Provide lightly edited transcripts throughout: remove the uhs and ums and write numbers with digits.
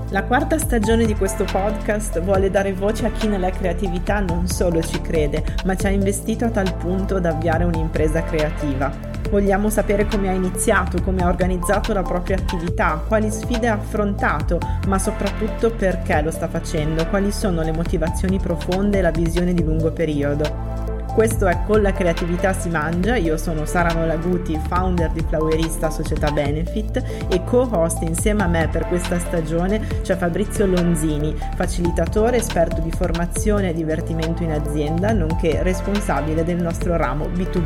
La quarta stagione di questo podcast vuole dare voce a chi nella creatività non solo ci crede, ma ci ha investito a tal punto da avviare un'impresa creativa. Vogliamo sapere come ha iniziato, come ha organizzato la propria attività, quali sfide ha affrontato, ma soprattutto perché lo sta facendo, quali sono le motivazioni profonde e la visione di lungo periodo. Questo è Con la creatività si mangia, io sono Sara Nolaguti, founder di Flowerista Società Benefit e co-host insieme a me per questa stagione c'è Fabrizio Lonzini, facilitatore, esperto di formazione e divertimento in azienda, nonché responsabile del nostro ramo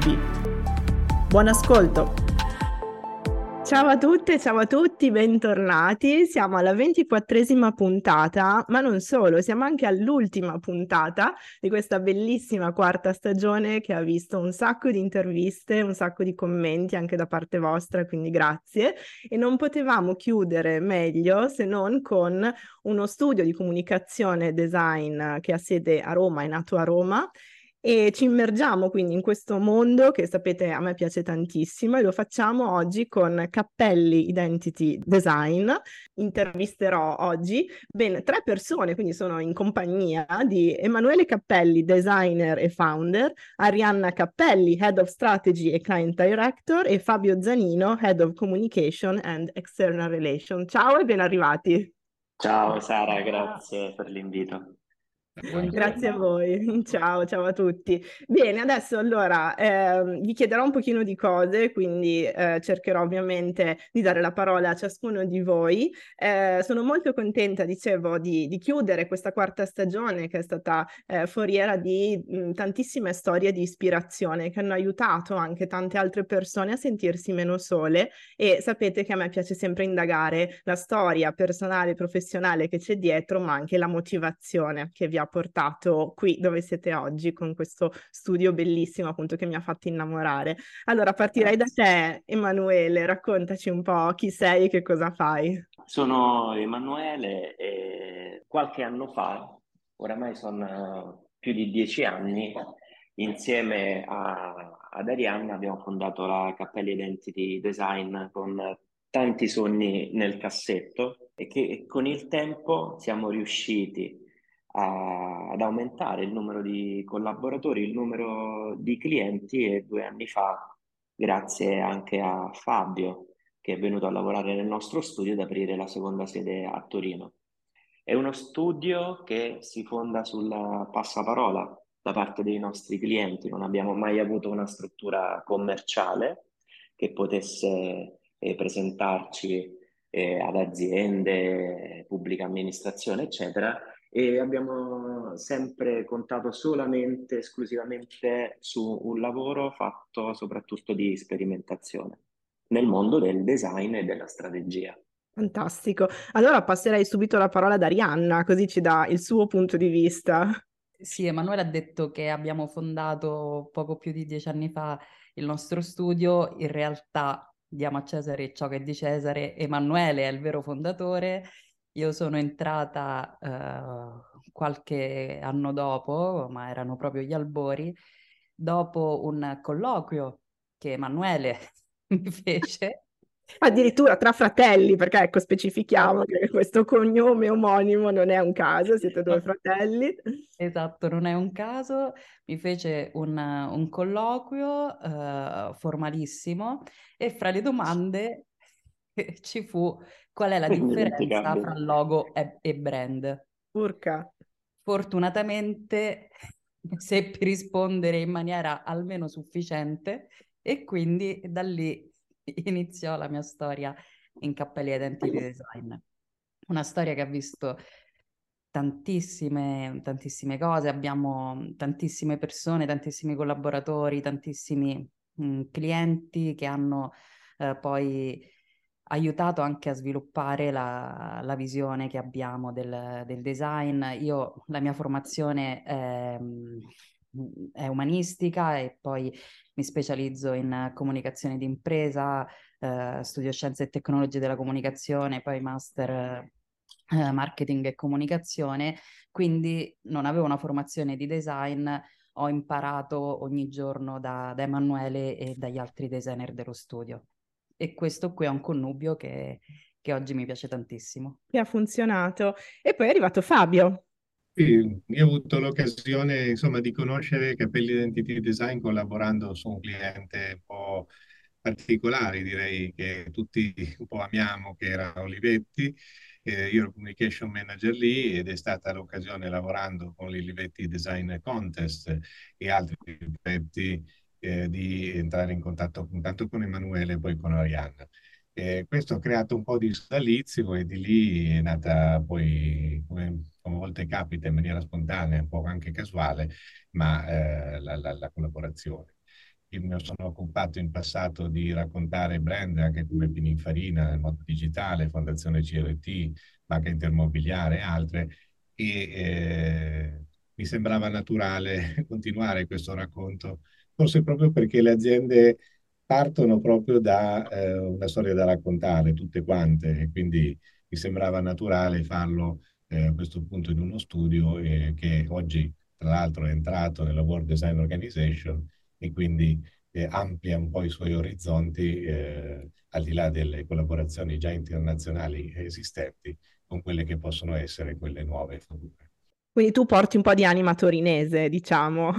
B2B. Buon ascolto! Ciao a tutte, ciao a tutti, bentornati. Siamo alla 24esima puntata, ma non solo, siamo anche all'ultima puntata di questa bellissima quarta stagione che ha visto un sacco di interviste, un sacco di commenti anche da parte vostra, quindi grazie. E non potevamo chiudere meglio se non con uno studio di comunicazione e design che ha sede a Roma, è nato a Roma. E ci immergiamo quindi in questo mondo che sapete a me piace tantissimo e lo facciamo oggi con Cappelli Identity Design. Intervisterò oggi ben 3 persone, quindi sono in compagnia di Emanuele Cappelli, designer e founder, Arianna Cappelli, Head of Strategy e Client Director e Fabio Zanino, Head of Communication and External Relations. Ciao e ben arrivati. Ciao Sara, grazie per l'invito. Grazie a Buongiorno. voi, ciao, ciao a tutti. Bene, adesso allora vi chiederò un pochino di cose, quindi cercherò ovviamente di dare la parola a ciascuno di voi. Sono molto contenta, dicevo, di chiudere questa quarta stagione che è stata foriera di tantissime storie di ispirazione che hanno aiutato anche tante altre persone a sentirsi meno sole e sapete che a me piace sempre indagare la storia personale e professionale che c'è dietro, ma anche la motivazione che vi ha portato qui dove siete oggi con questo studio bellissimo appunto che mi ha fatto innamorare. Allora partirei da Grazie. te, Emanuele, raccontaci un po' chi sei e che cosa fai. Sono Emanuele e qualche anno fa, oramai sono più di 10 anni, insieme ad Arianna abbiamo fondato la Cappelli Identity Design con tanti sogni nel cassetto e che con il tempo siamo riusciti ad aumentare il numero di collaboratori, il numero di clienti e 2 anni fa, grazie anche a Fabio, che è venuto a lavorare nel nostro studio, ad aprire la seconda sede a Torino. È uno studio che si fonda sul passaparola da parte dei nostri clienti. Non abbiamo mai avuto una struttura commerciale che potesse presentarci ad aziende, pubblica amministrazione, eccetera, e abbiamo sempre contato solamente, esclusivamente su un lavoro fatto soprattutto di sperimentazione nel mondo del design e della strategia. Fantastico. Allora passerei subito la parola ad Arianna, così ci dà il suo punto di vista. Sì, Emanuele ha detto che abbiamo fondato poco più di 10 anni fa il nostro studio. In realtà diamo a Cesare ciò che è di Cesare. Emanuele è il vero fondatore. Io sono entrata qualche anno dopo, ma erano proprio gli albori, dopo un colloquio che Emanuele mi fece. Addirittura tra fratelli, perché ecco, specifichiamo che questo cognome omonimo non è un caso, siete 2 fratelli. Esatto, non è un caso, mi fece un colloquio formalissimo e fra le domande ci fu qual è la differenza fra Indimenticabile. logo e brand. Urca. Fortunatamente seppi rispondere in maniera almeno sufficiente e quindi da lì iniziò la mia storia in Cappelli Identity Design. Una storia che ha visto tantissime cose, abbiamo tantissime persone, tantissimi collaboratori, tantissimi clienti che hanno poi aiutato anche a sviluppare la visione che abbiamo del design. Io, la mia formazione è umanistica e poi mi specializzo in comunicazione d'impresa, studio scienze e tecnologie della comunicazione, poi master marketing e comunicazione, quindi non avevo una formazione di design, ho imparato ogni giorno da Emanuele e dagli altri designer dello studio. E questo qui è un connubio che che oggi mi piace tantissimo. Che ha funzionato. E poi è arrivato Fabio. Sì, io ho avuto l'occasione, insomma, di conoscere Capelli Identity Design collaborando su un cliente un po' particolare, direi che tutti un po' amiamo, che era Olivetti. Io ero communication manager lì ed è stata l'occasione, lavorando con l'Olivetti Design Contest e altri progetti, di entrare in contatto intanto con Emanuele e poi con Arianna. Questo ha creato un po' di sodalizio e di lì è nata poi, come a volte capita, in maniera spontanea, un po' anche casuale, ma la collaborazione. Io mi sono occupato in passato di raccontare brand anche come Pininfarina nel mondo digitale, Fondazione CRT, Banca Intermobiliare e altre, e mi sembrava naturale continuare questo racconto, forse proprio perché le aziende partono proprio da una storia da raccontare, tutte quante, e quindi mi sembrava naturale farlo a questo punto in uno studio che oggi, tra l'altro, è entrato nella World Design Organization e quindi amplia un po' i suoi orizzonti, al di là delle collaborazioni già internazionali esistenti, con quelle che possono essere quelle nuove e future. Quindi tu porti un po' di anima torinese, diciamo.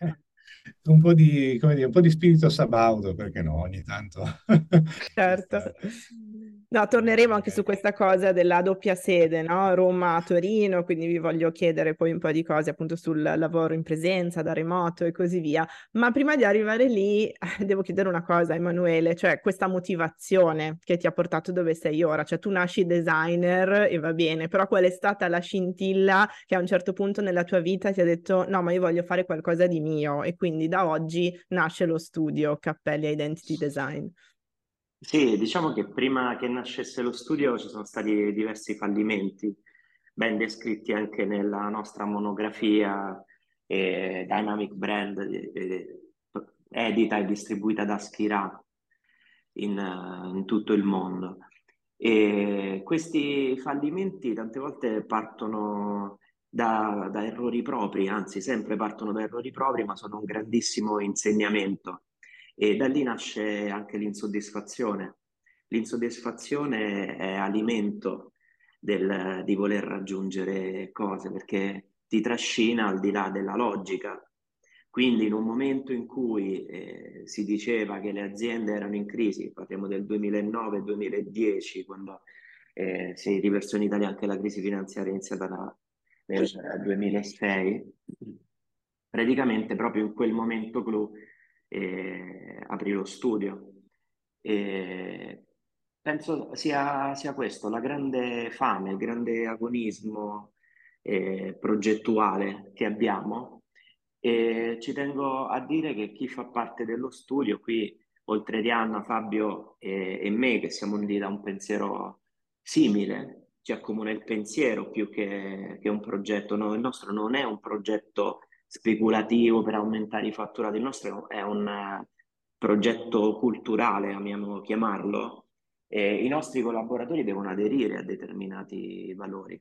Un po' di, come dire, un po' di spirito sabaudo, perché no, ogni tanto ci Certo. sta. No, torneremo anche su Magari. questa cosa della doppia sede, no? Roma-Torino, quindi vi voglio chiedere poi un po' di cose appunto sul lavoro in presenza, da remoto e così via. Ma prima di arrivare lì, devo chiedere una cosa, Emanuele, cioè questa motivazione che ti ha portato dove sei ora, cioè tu nasci designer e va bene, però qual è stata la scintilla che a un certo punto nella tua vita ti ha detto no, ma io voglio fare qualcosa di mio e quindi da oggi nasce lo studio Cappelli Identity Design. Sì, diciamo che prima che nascesse lo studio ci sono stati diversi fallimenti, ben descritti anche nella nostra monografia, Dynamic Brand, edita e distribuita da Schirà in tutto il mondo. E questi fallimenti tante volte partono da errori propri, anzi sempre partono da errori propri, ma sono un grandissimo insegnamento. E da lì nasce anche l'insoddisfazione. L'insoddisfazione è alimento di voler raggiungere cose perché ti trascina al di là della logica. Quindi in un momento in cui si diceva che le aziende erano in crisi, parliamo del 2009-2010, quando si riversò in Italia anche la crisi finanziaria iniziata nel 2006, praticamente proprio in quel momento clou aprì lo studio. E penso sia questo, la grande fame, il grande agonismo progettuale che abbiamo. E ci tengo a dire che chi fa parte dello studio qui, oltre Rihanna, Fabio e me, che siamo uniti da un pensiero simile, ci accomuna il pensiero più che un progetto. No, il nostro non è un progetto speculativo per aumentare i fatturati, il nostro è un progetto culturale, amiamo chiamarlo, e i nostri collaboratori devono aderire a determinati valori,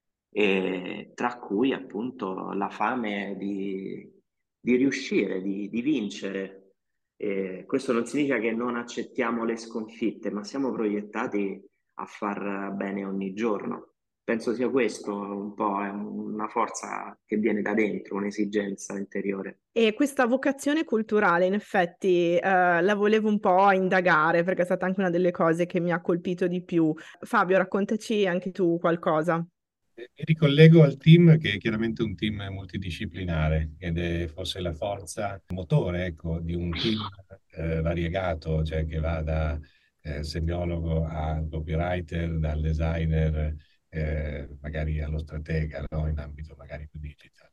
tra cui appunto la fame di riuscire, di vincere. Questo non significa che non accettiamo le sconfitte, ma siamo proiettati a far bene ogni giorno. Penso sia questo un po', è una forza che viene da dentro, un'esigenza interiore. E questa vocazione culturale, in effetti, la volevo un po' indagare perché è stata anche una delle cose che mi ha colpito di più. Fabio, raccontaci anche tu qualcosa. Mi ricollego al team, che è chiaramente un team multidisciplinare ed è forse la forza motore, ecco, di un team variegato, cioè che va da semiologo al copywriter, dal designer magari allo stratega, no? In ambito magari più digital.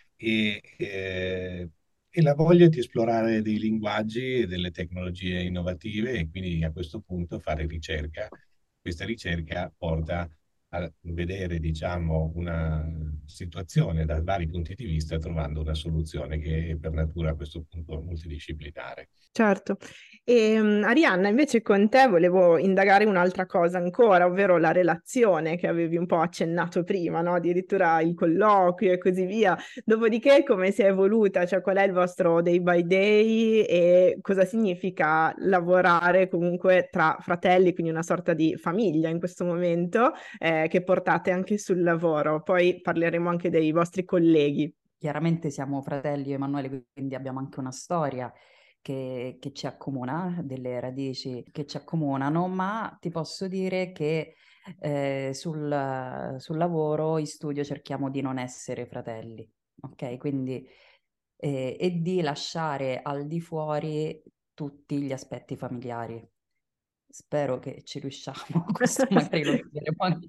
E la voglia di esplorare dei linguaggi e delle tecnologie innovative e quindi a questo punto fare ricerca. Questa ricerca porta a vedere, diciamo, una situazione da vari punti di vista, trovando una soluzione che è per natura a questo punto multidisciplinare. Certo. E Arianna, invece con te volevo indagare un'altra cosa ancora, ovvero la relazione che avevi un po' accennato prima, no? Addirittura il colloquio e così via. Dopodiché come si è evoluta? Cioè qual è il vostro day by day e cosa significa lavorare comunque tra fratelli, quindi una sorta di famiglia in questo momento, che portate anche sul lavoro. Poi parleremo anche dei vostri colleghi. Chiaramente siamo fratelli io e Emanuele, quindi abbiamo anche una storia che ci accomuna, delle radici che ci accomunano, ma ti posso dire che sul lavoro, in studio, cerchiamo di non essere fratelli, ok? Quindi e di lasciare al di fuori tutti gli aspetti familiari. Spero che ci riusciamo, questo magari lo chiederemo anche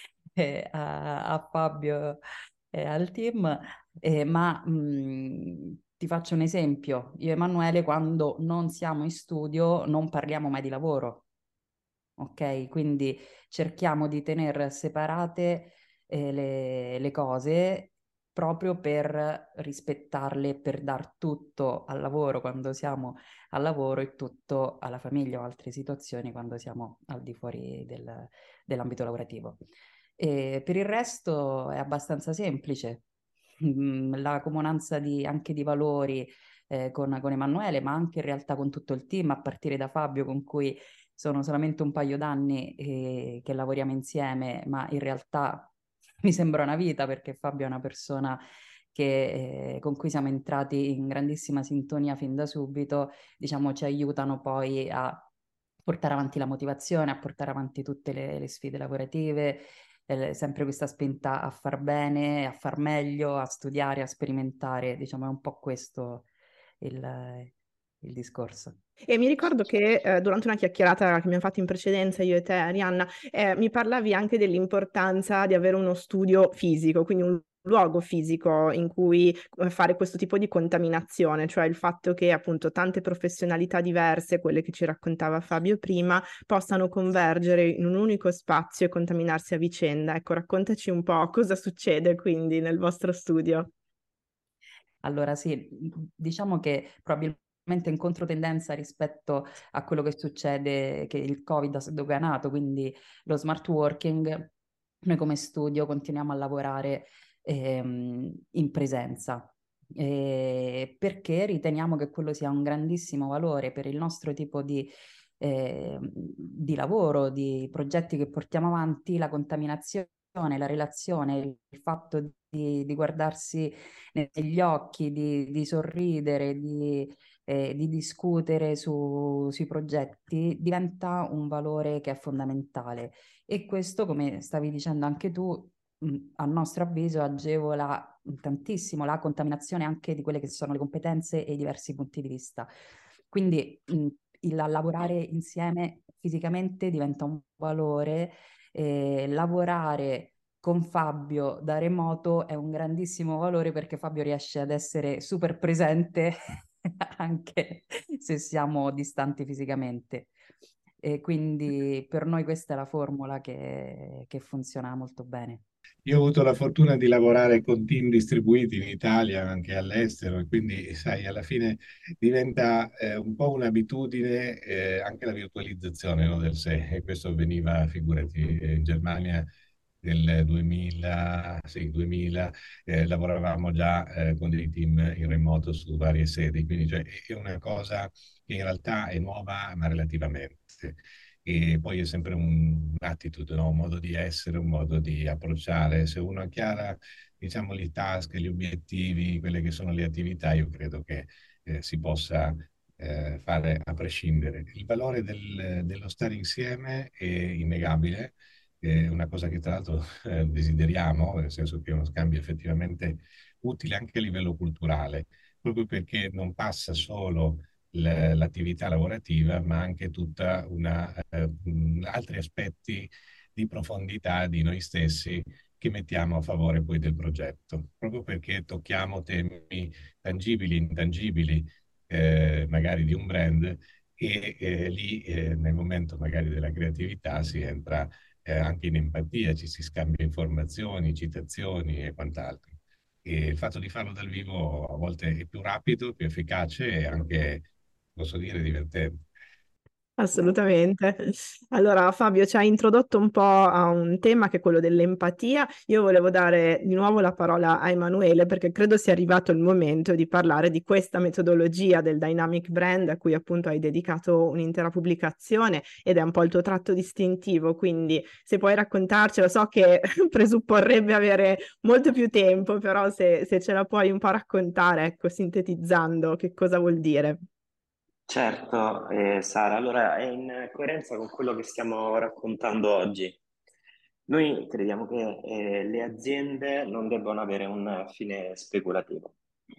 a Fabio e al team, ma ti faccio un esempio. Io e Emanuele, quando non siamo in studio, non parliamo mai di lavoro, ok? Quindi cerchiamo di tenere separate le cose proprio per rispettarle, per dar tutto al lavoro quando siamo al lavoro e tutto alla famiglia o altre situazioni quando siamo al di fuori dell'ambito lavorativo. E per il resto è abbastanza semplice. La comunanza anche di valori con Emanuele, ma anche in realtà con tutto il team, a partire da Fabio, con cui sono solamente un paio d'anni che lavoriamo insieme, ma in realtà mi sembra una vita perché Fabio è una persona con cui siamo entrati in grandissima sintonia fin da subito, diciamo, ci aiutano poi a portare avanti la motivazione, a portare avanti tutte le sfide lavorative, sempre questa spinta a far bene, a far meglio, a studiare, a sperimentare, diciamo, è un po' questo il discorso. E mi ricordo che durante una chiacchierata che abbiamo fatto in precedenza io e te, Arianna, mi parlavi anche dell'importanza di avere uno studio fisico, quindi un luogo fisico in cui fare questo tipo di contaminazione, cioè il fatto che appunto tante professionalità diverse, quelle che ci raccontava Fabio prima, possano convergere in un unico spazio e contaminarsi a vicenda. Ecco, raccontaci un po' cosa succede quindi nel vostro studio. Allora sì, diciamo che probabilmente in controtendenza rispetto a quello che succede, che il Covid ha sdoganato, quindi lo working, noi come studio continuiamo a lavorare in presenza, perché riteniamo che quello sia un grandissimo valore per il nostro tipo di lavoro, di progetti che portiamo avanti, la contaminazione, la relazione, il fatto di guardarsi negli occhi, di sorridere, di discutere sui progetti, diventa un valore che è fondamentale. E questo, come stavi dicendo anche tu, a nostro avviso agevola tantissimo la contaminazione anche di quelle che sono le competenze e i diversi punti di vista. Quindi il lavorare insieme fisicamente diventa un valore, lavorare con Fabio da remoto è un grandissimo valore perché Fabio riesce ad essere super presente anche se siamo distanti fisicamente. E quindi per noi questa è la formula che funziona molto bene. Io ho avuto la fortuna di lavorare con team distribuiti in Italia, anche all'estero, e quindi, sai, alla fine diventa un po' un'abitudine anche la virtualizzazione, no, del sé. E questo avveniva, figurati, in Germania nel 2000, sì, 2000 lavoravamo già con dei team in remoto su varie sedi, quindi cioè, è una cosa che in realtà è nuova, ma relativamente. E poi è sempre un'attitude, no? Un modo di essere, un modo di approcciare. Se uno ha chiara, diciamo, le task, gli obiettivi, quelle che sono le attività, io credo che si possa fare a prescindere. Il valore dello stare insieme è innegabile, è una cosa che tra l'altro desideriamo, nel senso che è uno scambio effettivamente utile anche a livello culturale, proprio perché non passa solo l'attività lavorativa, ma anche tutta altri aspetti di profondità di noi stessi che mettiamo a favore poi del progetto, proprio perché tocchiamo temi tangibili, intangibili, magari di un brand, e lì nel momento magari della creatività si entra anche in empatia, ci si scambia informazioni, citazioni e quant'altro. E il fatto di farlo dal vivo a volte è più rapido, più efficace e anche, posso dire, divertente. Assolutamente. Allora, Fabio ci ha introdotto un po' a un tema che è quello dell'empatia. Io volevo dare di nuovo la parola a Emanuele perché credo sia arrivato il momento di parlare di questa metodologia del Dynamic Brand a cui appunto hai dedicato un'intera pubblicazione ed è un po' il tuo tratto distintivo. Quindi se puoi raccontarcelo, so che presupporrebbe avere molto più tempo, però se ce la puoi un po' raccontare, ecco, sintetizzando, che cosa vuol dire? Certo, Sara, allora è in coerenza con quello che stiamo raccontando oggi. Noi crediamo che le aziende non debbano avere un fine speculativo.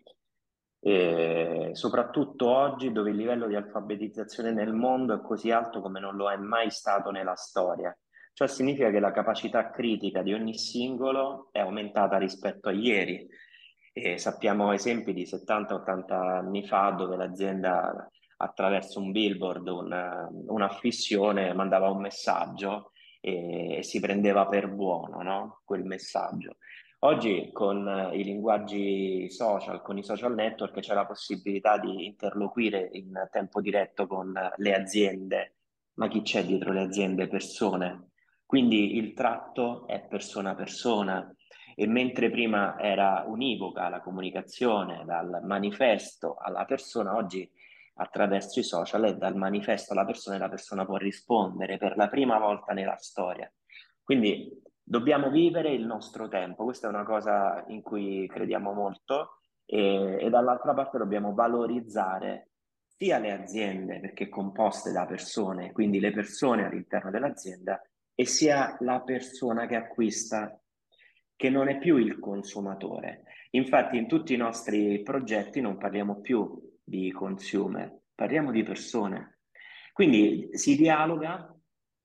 Soprattutto oggi dove il livello di alfabetizzazione nel mondo è così alto come non lo è mai stato nella storia. Ciò significa che la capacità critica di ogni singolo è aumentata rispetto a ieri. E sappiamo esempi di 70-80 anni fa dove l'azienda attraverso un billboard, un'affissione, mandava un messaggio e si prendeva per buono, no? Quel messaggio. Oggi con i linguaggi social, con i social network, c'è la possibilità di interloquire in tempo diretto con le aziende, ma chi c'è dietro le aziende? Persone. Quindi il tratto è persona a persona e mentre prima era univoca la comunicazione dal manifesto alla persona, oggi attraverso i social è dal manifesto alla persona e la persona può rispondere per la prima volta nella storia. Quindi dobbiamo vivere il nostro tempo, questa è una cosa in cui crediamo molto e dall'altra parte dobbiamo valorizzare sia le aziende perché composte da persone, quindi le persone all'interno dell'azienda, e sia la persona che acquista, che non è più il consumatore. Infatti in tutti i nostri progetti non parliamo più di consumer, parliamo di persone. Quindi si dialoga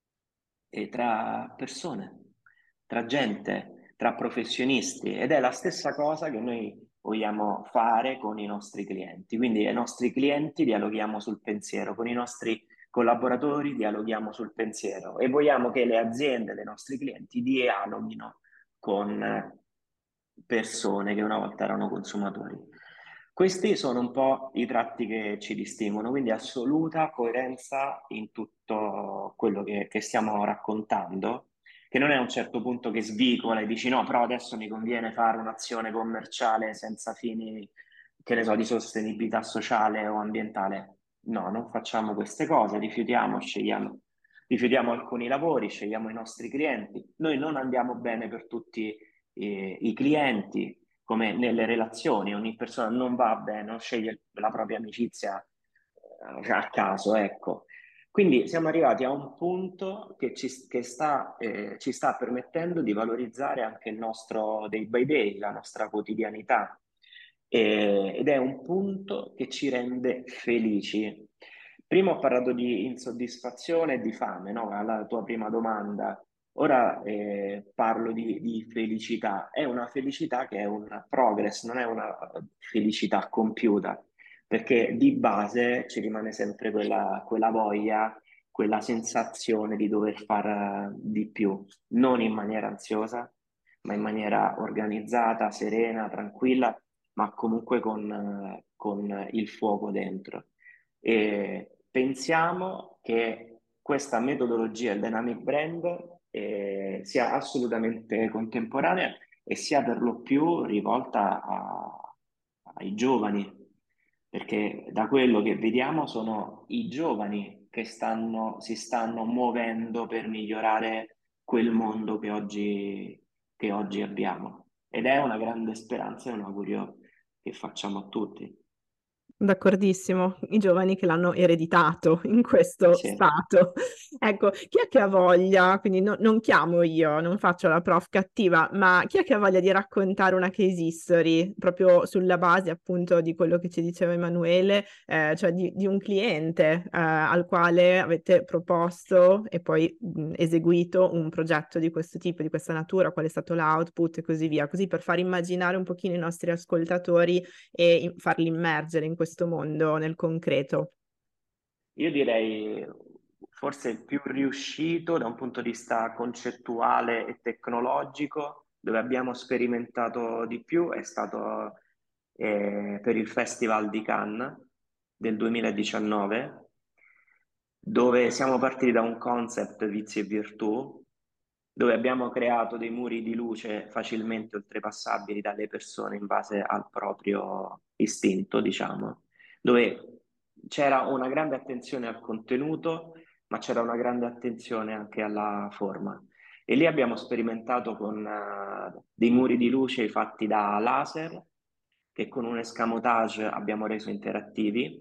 tra persone, tra gente, tra professionisti ed è la stessa cosa che noi vogliamo fare con i nostri clienti. Quindi ai nostri clienti dialoghiamo sul pensiero, con i nostri collaboratori dialoghiamo sul pensiero e vogliamo che le aziende dei nostri clienti dialoghino con persone che una volta erano consumatori. Questi sono un po' i tratti che ci distinguono, quindi assoluta coerenza in tutto quello che stiamo raccontando, che non è a un certo punto che svicola e dici no, però adesso mi conviene fare un'azione commerciale senza fini, che ne so, di sostenibilità sociale o ambientale. No, non facciamo queste cose, rifiutiamo alcuni lavori, scegliamo i nostri clienti. Noi non andiamo bene per tutti i clienti, come nelle relazioni, ogni persona non va bene, non sceglie la propria amicizia a caso, ecco. Quindi siamo arrivati a un punto che ci sta permettendo di valorizzare anche il nostro day by day, la nostra quotidianità. Ed è un punto che ci rende felici. Prima ho parlato di insoddisfazione e di fame, no? Alla tua prima domanda. Ora parlo di felicità. È una felicità che è un progress, non è una felicità compiuta, perché di base ci rimane sempre quella voglia, quella sensazione di dover fare di più, non in maniera ansiosa, ma in maniera organizzata, serena, tranquilla, ma comunque con il fuoco dentro. E pensiamo che questa metodologia, il Dynamic Brand, sia assolutamente contemporanea e sia per lo più rivolta ai giovani, perché da quello che vediamo sono i giovani che si stanno muovendo per migliorare quel mondo che oggi abbiamo. Ed è una grande speranza e un augurio che facciamo a tutti. D'accordissimo, i giovani che l'hanno ereditato in questo Sì. stato. Ecco, chi è che ha voglia, quindi non chiamo io, non faccio la prof cattiva, ma chi è che ha voglia di raccontare una case history proprio sulla base appunto di quello che ci diceva Emanuele, cioè di un cliente al quale avete proposto e poi eseguito un progetto di questo tipo, di questa natura, qual è stato l'output e così via, così per far immaginare un pochino i nostri ascoltatori e farli immergere in questo mondo nel concreto. Io direi forse il più riuscito da un punto di vista concettuale e tecnologico, dove abbiamo sperimentato di più, è stato per il Festival di Cannes del 2019, dove siamo partiti da un concept vizi e virtù, dove abbiamo creato dei muri di luce facilmente oltrepassabili dalle persone in base al proprio istinto, diciamo, dove c'era una grande attenzione al contenuto, ma c'era una grande attenzione anche alla forma. E lì abbiamo sperimentato con dei muri di luce fatti da laser, che con un escamotage abbiamo reso interattivi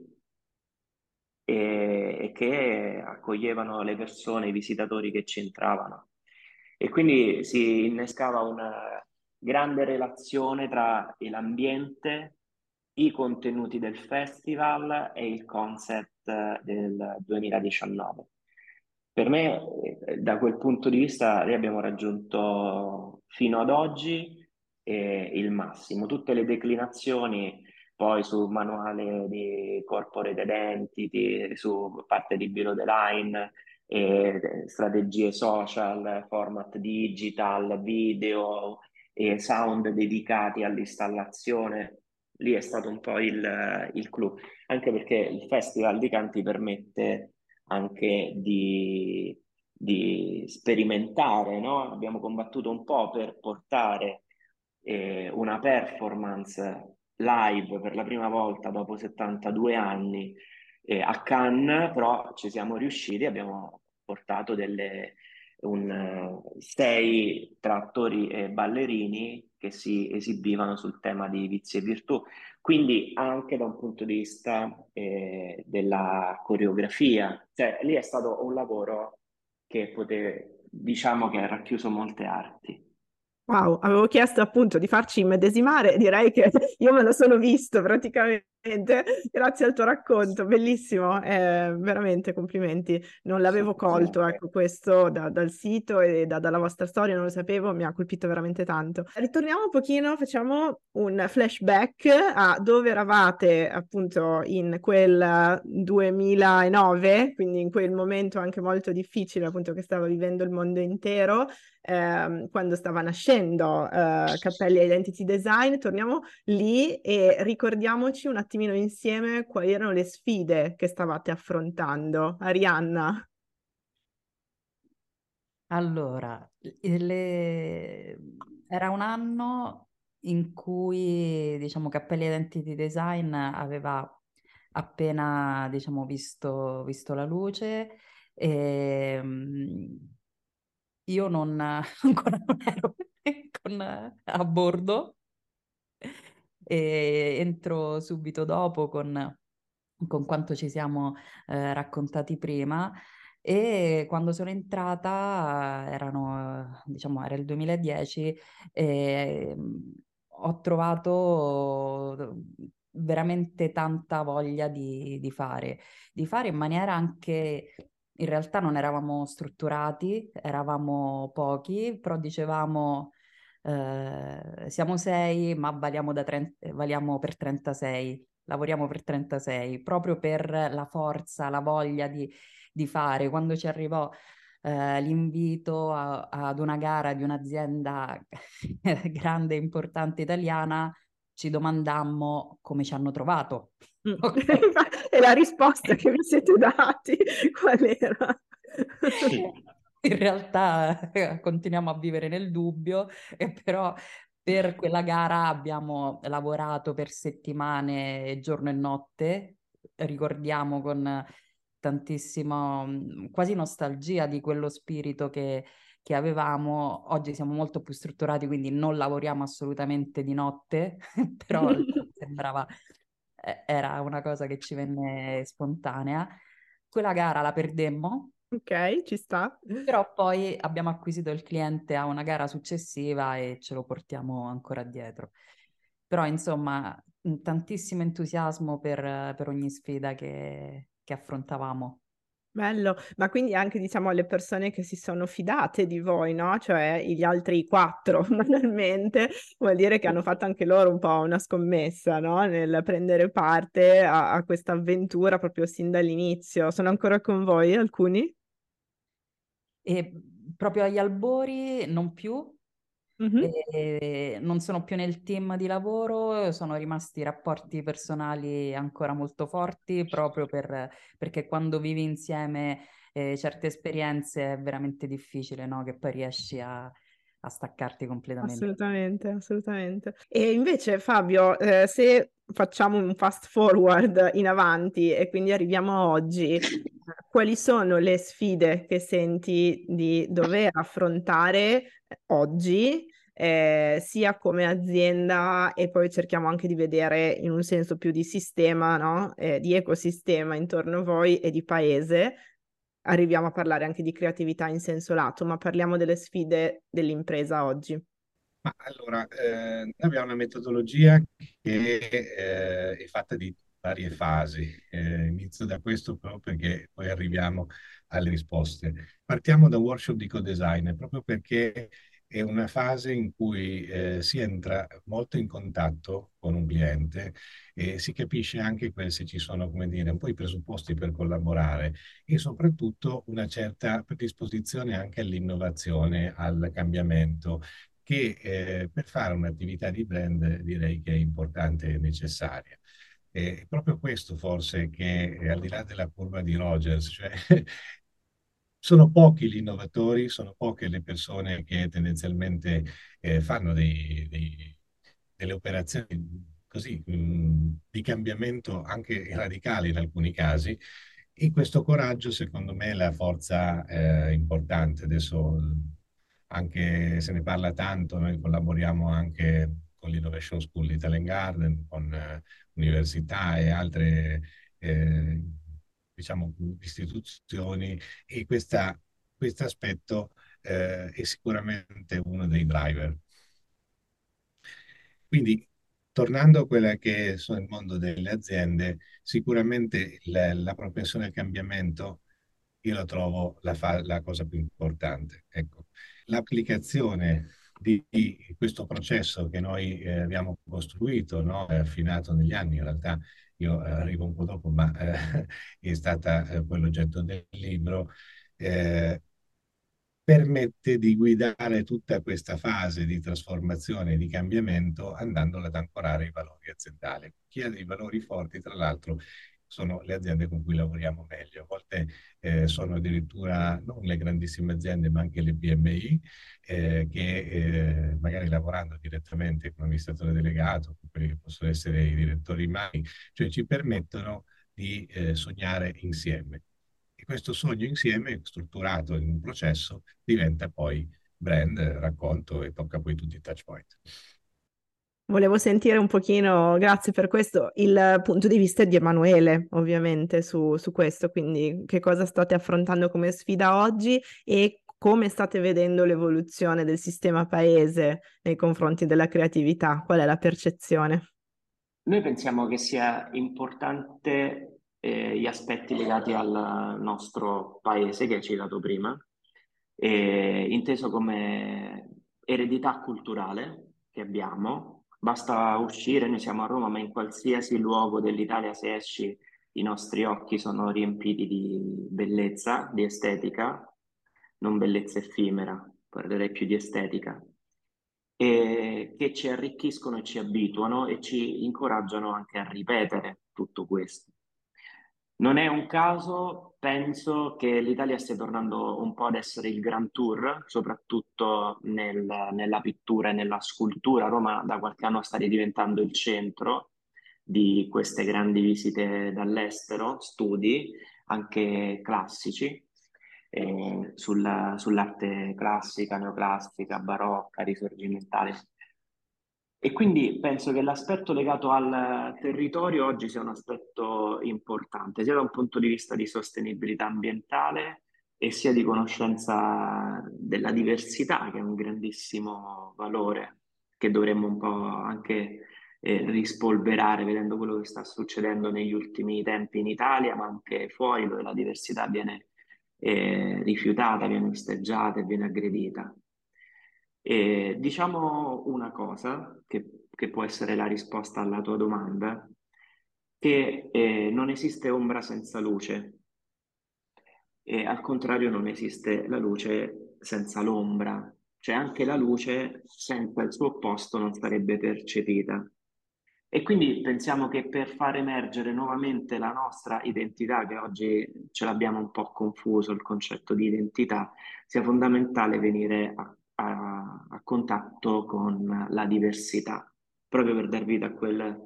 e che accoglievano le persone, i visitatori che ci entravano. E quindi si innescava una grande relazione tra l'ambiente, i contenuti del festival e il concept del 2019. Per me, da quel punto di vista, noi abbiamo raggiunto fino ad oggi il massimo. Tutte le declinazioni poi su manuale di corporate identity, su parte di below the line, strategie social, format digital, video e sound dedicati all'installazione. Lì è stato un po' il clou, anche perché il Festival di Cannes ti permette anche di sperimentare, no? Abbiamo combattuto un po' per portare una performance live per la prima volta dopo 72 anni a Cannes, però ci siamo riusciti, abbiamo portato sei tra attori e ballerini che si esibivano sul tema di vizi e virtù, quindi anche da un punto di vista della coreografia, cioè lì è stato un lavoro diciamo che ha racchiuso molte arti. Wow, avevo chiesto appunto di farci immedesimare, direi che io me lo sono visto praticamente, grazie al tuo racconto, bellissimo, veramente complimenti, non l'avevo colto, ecco, questo dal sito e dalla vostra storia, non lo sapevo, mi ha colpito veramente tanto. Ritorniamo un pochino, facciamo un flashback a dove eravate appunto in quel 2009, quindi in quel momento anche molto difficile appunto che stava vivendo il mondo intero, quando stava nascendo Cappelli Identity Design. Torniamo lì e ricordiamoci un attimino insieme quali erano le sfide che stavate affrontando. Arianna. Allora, era un anno in cui, diciamo, Cappelli Identity Design aveva appena, diciamo, visto la luce e io ancora non ero a bordo e entro subito dopo con quanto ci siamo raccontati prima. E quando sono entrata diciamo, era il 2010 e ho trovato veramente tanta voglia di fare in maniera anche, in realtà non eravamo strutturati, eravamo pochi, però dicevamo siamo 6, ma valiamo per 36, lavoriamo per 36, proprio per la forza, la voglia di fare. Quando ci arrivò l'invito ad una gara di un'azienda grande e importante italiana, ci domandammo come ci hanno trovato. Okay. E la risposta che vi siete dati qual era? In realtà continuiamo a vivere nel dubbio, però per quella gara abbiamo lavorato per settimane, giorno e notte, ricordiamo con tantissima, quasi nostalgia di quello spirito che avevamo. Oggi siamo molto più strutturati, quindi non lavoriamo assolutamente di notte, però era una cosa che ci venne spontanea. Quella gara la perdemmo. Ok, ci sta. Però poi abbiamo acquisito il cliente a una gara successiva e ce lo portiamo ancora dietro. Però insomma, tantissimo entusiasmo per ogni sfida che affrontavamo. Bello, ma quindi anche diciamo alle persone che si sono fidate di voi, no? Cioè gli altri 4 banalmente, vuol dire che hanno fatto anche loro un po' una scommessa, no? Nel prendere parte a questa avventura proprio sin dall'inizio. Sono ancora con voi alcuni? E proprio agli albori non più, Mhm. non sono più nel team di lavoro, sono rimasti rapporti personali ancora molto forti proprio perché quando vivi insieme certe esperienze è veramente difficile, no? Che poi riesci a staccarti completamente. Assolutamente, assolutamente. E invece, Fabio, se facciamo un fast forward in avanti e quindi arriviamo a oggi, quali sono le sfide che senti di dover affrontare oggi, sia come azienda e poi cerchiamo anche di vedere in un senso più di sistema, no? Di ecosistema intorno a voi e di paese. Arriviamo a parlare anche di creatività in senso lato, ma parliamo delle sfide dell'impresa oggi. Ma allora, noi abbiamo una metodologia che è fatta di varie fasi. Inizio da questo proprio perché poi arriviamo alle risposte. Partiamo da un workshop di co-design, proprio perché è una fase in cui si entra molto in contatto con un cliente e si capisce anche se ci sono, come dire, un po' i presupposti per collaborare e soprattutto una certa predisposizione anche all'innovazione, al cambiamento che per fare un'attività di brand direi che è importante e necessaria. È proprio questo forse che al di là della curva di Rogers, cioè sono pochi gli innovatori, sono poche le persone che tendenzialmente fanno delle operazioni così di cambiamento anche radicali in alcuni casi. E questo coraggio, secondo me, è la forza importante. Adesso, anche se ne parla tanto, noi collaboriamo anche con l'Innovation School di Talent Garden, con università e altre, diciamo, istituzioni e questo aspetto è sicuramente uno dei driver. Quindi, tornando a quella che sono il mondo delle aziende, sicuramente la propensione al cambiamento io la trovo la cosa più importante. Ecco, l'applicazione di questo processo che noi abbiamo costruito, no? Affinato negli anni, in realtà io arrivo un po' dopo, ma è stata poi l'oggetto del libro, eh, permette di guidare tutta questa fase di trasformazione e di cambiamento andandola ad ancorare i valori aziendali. Chi ha dei valori forti, tra l'altro, sono le aziende con cui lavoriamo meglio. A volte sono addirittura non le grandissime aziende, ma anche le PMI, che magari lavorando direttamente come amministratore delegato, quelli che possono essere i direttori rimani, cioè ci permettono di sognare insieme. E questo sogno insieme, strutturato in un processo, diventa poi brand, racconto e tocca poi tutti i touch point. Volevo sentire un pochino, grazie per questo, il punto di vista di Emanuele, ovviamente, su questo, quindi che cosa state affrontando come sfida oggi e come state vedendo l'evoluzione del sistema paese nei confronti della creatività, qual è la percezione? Noi pensiamo che sia importante gli aspetti legati al nostro paese, che hai citato prima, inteso come eredità culturale che abbiamo. Basta uscire, noi siamo a Roma, ma in qualsiasi luogo dell'Italia, se esci, i nostri occhi sono riempiti di bellezza, di estetica, non bellezza effimera, parlerei più di estetica che ci arricchiscono e ci abituano e ci incoraggiano anche a ripetere tutto questo. Non è un caso, penso che l'Italia stia tornando un po' ad essere il Grand Tour, soprattutto nella pittura e nella scultura. Roma da qualche anno sta diventando il centro di queste grandi visite dall'estero, studi anche classici, sull'arte classica, neoclassica, barocca, risorgimentale. E quindi penso che l'aspetto legato al territorio oggi sia un aspetto importante, sia da un punto di vista di sostenibilità ambientale e sia di conoscenza della diversità, che è un grandissimo valore che dovremmo un po' anche rispolverare vedendo quello che sta succedendo negli ultimi tempi in Italia, ma anche fuori, dove la diversità viene rifiutata, viene osteggiata e viene aggredita. E diciamo una cosa che può essere la risposta alla tua domanda, che non esiste ombra senza luce. e al contrario non esiste la luce senza l'ombra, cioè anche la luce senza il suo opposto non sarebbe percepita. E quindi pensiamo che per far emergere nuovamente la nostra identità, che oggi ce l'abbiamo un po' confuso il concetto di identità, sia fondamentale venire a contatto con la diversità, proprio per dar vita a quel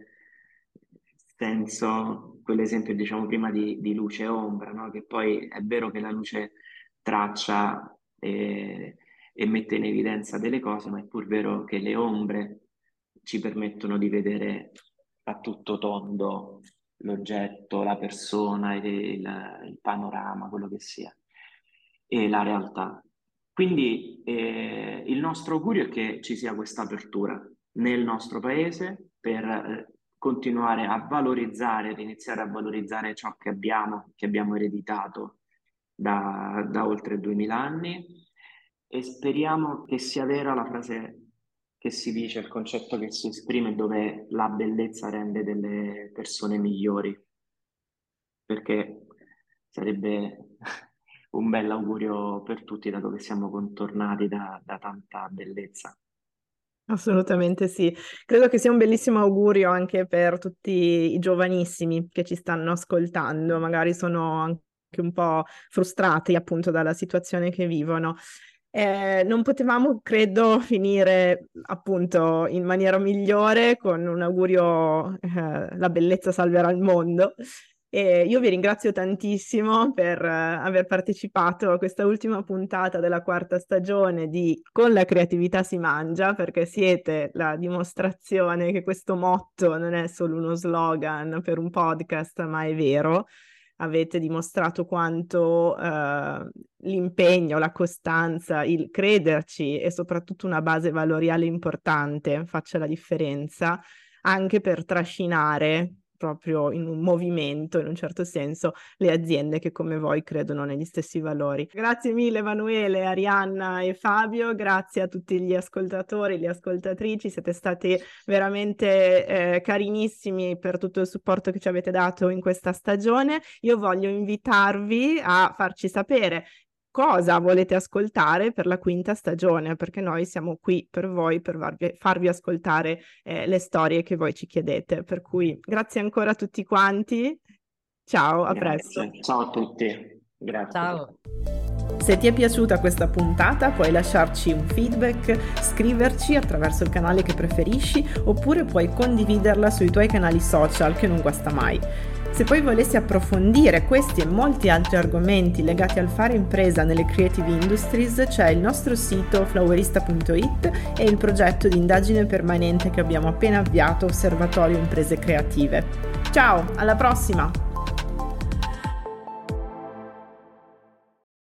senso, quell'esempio diciamo prima di luce e ombra, no? Che poi è vero che la luce traccia e mette in evidenza delle cose, ma è pur vero che le ombre ci permettono di vedere a tutto tondo l'oggetto, la persona, il panorama, quello che sia, e la realtà. Quindi il nostro augurio è che ci sia questa apertura nel nostro paese per continuare a valorizzare, ad iniziare a valorizzare ciò che abbiamo ereditato da oltre 2000 anni, e speriamo che sia vera la frase che si dice, il concetto che si esprime, dove la bellezza rende delle persone migliori, perché sarebbe un bel augurio per tutti, dato che siamo contornati da tanta bellezza. Assolutamente sì, credo che sia un bellissimo augurio anche per tutti i giovanissimi che ci stanno ascoltando, magari sono anche un po' frustrati appunto dalla situazione che vivono. Non potevamo, credo, finire appunto in maniera migliore con un augurio, la bellezza salverà il mondo. E io vi ringrazio tantissimo per aver partecipato a questa ultima puntata della 4ª stagione di Con la creatività si mangia, perché siete la dimostrazione che questo motto non è solo uno slogan per un podcast, ma è vero. Avete dimostrato quanto l'impegno, la costanza, il crederci e soprattutto una base valoriale importante faccia la differenza, anche per trascinare proprio in un movimento, in un certo senso, le aziende che come voi credono negli stessi valori. Grazie mille Emanuele, Arianna e Fabio, grazie a tutti gli ascoltatori, le ascoltatrici, siete stati veramente carinissimi per tutto il supporto che ci avete dato in questa stagione. Io voglio invitarvi a farci sapere cosa volete ascoltare per la 5ª stagione, perché noi siamo qui per voi, per farvi ascoltare le storie che voi ci chiedete. Per cui grazie ancora a tutti quanti. Ciao, a presto. Ciao a tutti. Grazie. Ciao. Se ti è piaciuta questa puntata puoi lasciarci un feedback, scriverci attraverso il canale che preferisci, oppure puoi condividerla sui tuoi canali social, che non guasta mai. Se poi volessi approfondire questi e molti altri argomenti legati al fare impresa nelle creative industries, c'è il nostro sito flowerista.it e il progetto di indagine permanente che abbiamo appena avviato, Osservatorio Imprese Creative. Ciao, alla prossima!